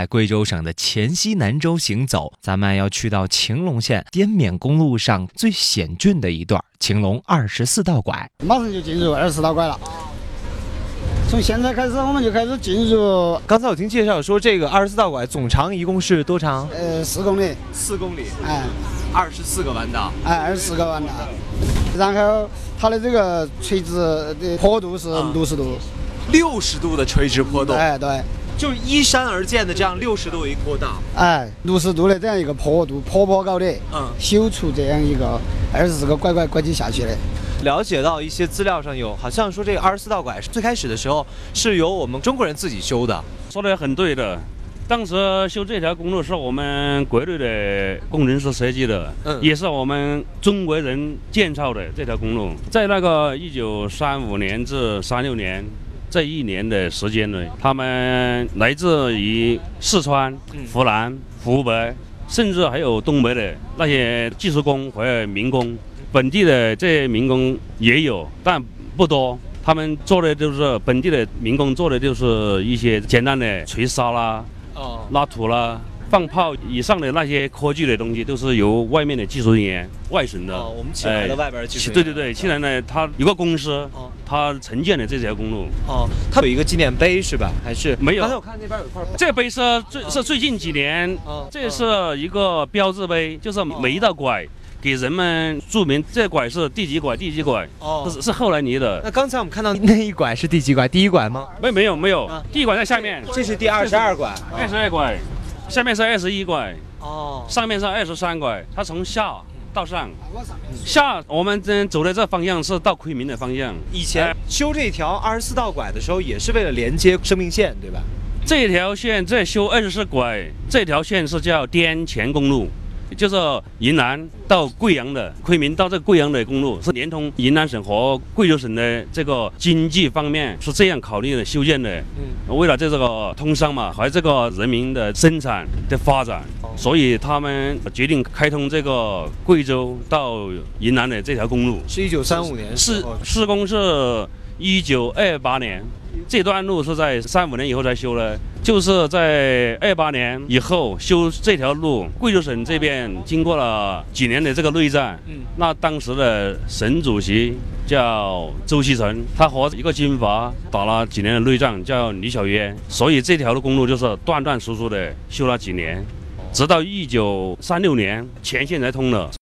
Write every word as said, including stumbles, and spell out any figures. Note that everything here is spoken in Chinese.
在贵州省的黔西南州行走，咱们要去到晴隆县滇缅公路上最险峻的一段晴隆二十四道拐。 马上就进入二十四道拐了。从现在开始，我们就开始进入。 刚才我听介绍说，这个二十四道拐总长一共是多长？ 呃，四公里。 四公里。 哎， 二十四个弯道。 哎，二十四个弯道。然后它的这个垂直的坡度是六十度。 六十度的垂直坡度。 哎，对。 就是依山而建的这样六十度一个坡道。 哎，六十度的这样一个坡度，坡坡高的， 嗯， 修出这样一个二十四个拐拐拐起下去的。 了解到一些资料上有，好像说这个二十四道拐最开始的时候是由我们中国人自己修的。 说的很对的，当时修这条公路是我们国内的工程师设计的，嗯，也是我们中国人建造的这条公路。在那个一九三五年至三六年这一年的时间内，他们来自于四川、湖南、湖北，甚至还有东北的那些技术工和民工。本地的这些民工也有，但不多。他们做的就是本地的民工做的就是一些简单的锤沙啦、哦、拉土啦、放炮以上的那些科技的东西，都是由外面的技术人员、外省的。 哦，我们请来的外边的技术人员。 对对对，现在呢，他有个公司，哦、他承建了这条公路。 哦，它有一个纪念碑是吧？还是没有？ 刚才我看那边有一块。 这个碑是最、哦、是最近几年，哦、这是一个标志碑，就是每一道拐。给人们注明这拐是第几拐，第几拐哦，是是后来拟的。 那刚才我们看到那一拐是第几拐？第一拐吗？ 没没有没有，啊、第一拐在下面。 这是第二十二拐， 二十二拐，下面是二十一拐，哦，上面是二十三拐。它从下到上，下我们真走的这方向是到昆明的方向。 以前修这条二十四道拐的时候，也是为了连接生命线，对吧？ 这条线在修二十四拐，这条线是叫滇黔公路。就是云南到贵阳的，昆明到这贵阳的公路是连通云南省和贵州省的这个经济方面是这样考虑的修建的。嗯，为了这个通商嘛，和这个人民的生产的发展，所以他们决定开通这个贵州到云南的这条公路。 是一九三五年， 施施工是一九二八年。这段路是在三五年以后才修的，就是在二八年以后修这条路。贵州省这边经过了几年的这个内战，嗯，那当时的省主席叫周锡成，他和一个军阀打了几年的内战，叫李小渊，所以这条公路就是断断续续的修了几年，直到一九三六年全线才通了。